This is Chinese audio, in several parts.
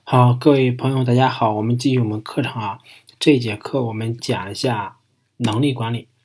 好，各位朋友，大家好，我们继续我们课程啊。这一节课我们讲一下能力管理。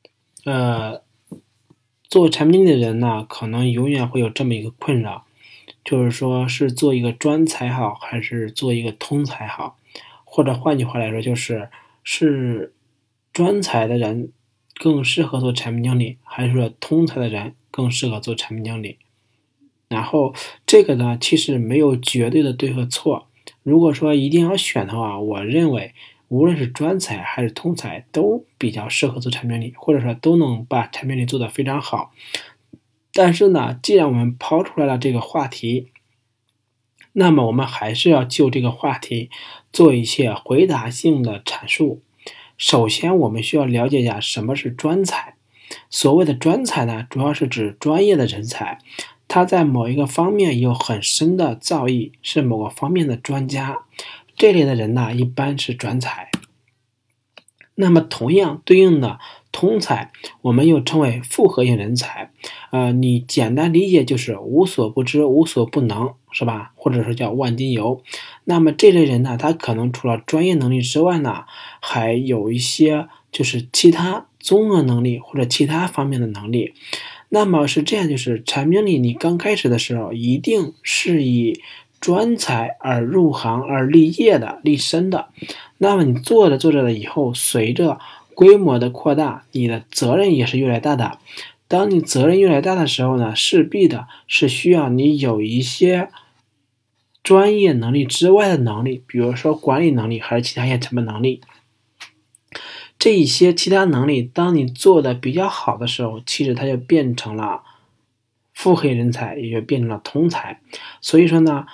做产品经理的人呢，可能永远会有这么一个困扰，就是说是做一个专才好，还是做一个通才好？或者换句话来说，是专才的人更适合做产品经理，还是说通才的人更适合做产品经理？然后这个呢，其实没有绝对的对和错。如果说一定要选的话，我认为无论是专才还是通才都比较适合做产品经理，或者说都能把产品经理做得非常好。但是呢，既然我们抛出来了这个话题，那么我们还是要就这个话题做一些回答性的阐述。首先，我们需要了解一下什么是专才。所谓的专才呢，主要是指专业的人才，他在某一个方面有很深的造诣，是某个方面的专家。这类的人呢，一般是专才。那么同样对应的通才，我们又称为复合型人才。你简单理解就是无所不知、无所不能，是吧？或者说叫万金油。那么这类人呢，他可能除了专业能力之外呢，还有一些就是其他综合能力或者其他方面的能力。那么是这样，就是产品经理你刚开始的时候，一定是以专才而入行而立业的、立身的。那么你做着的以后，随着规模的扩大，你的责任也是越来越大的。当你责任越来越大的时候呢，势必的是需要你有一些专业能力之外的能力，比如说管理能力还是其他一些什么能力。这一些其他能力，当你做的比较好的时候，其实它就变成了复合人才，也就变成了通才。所以说呢，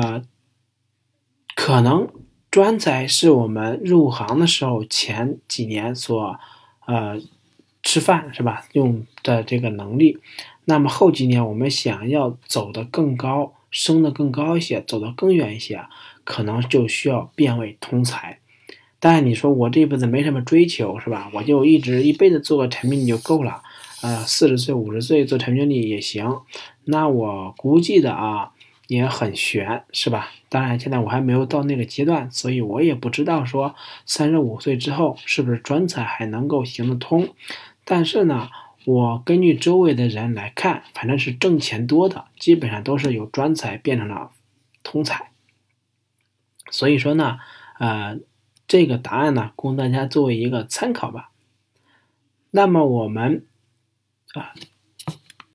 可能专才是我们入行的时候前几年所吃饭是吧用的这个能力。那么后几年我们想要走得更高，升得更高一些，走得更远一些，可能就需要变为通才。当然你说我这辈子没什么追求是吧，我就一辈子做个产品经理就够了，40岁50岁做产品经理也行。那我估计的也很悬是吧。当然现在我还没有到那个阶段，所以我也不知道说35岁之后是不是专才还能够行得通。但是呢，我根据周围的人来看，反正是挣钱多的基本上都是由专才变成了通才。所以说呢这个答案呢，供大家作为一个参考吧。那么我们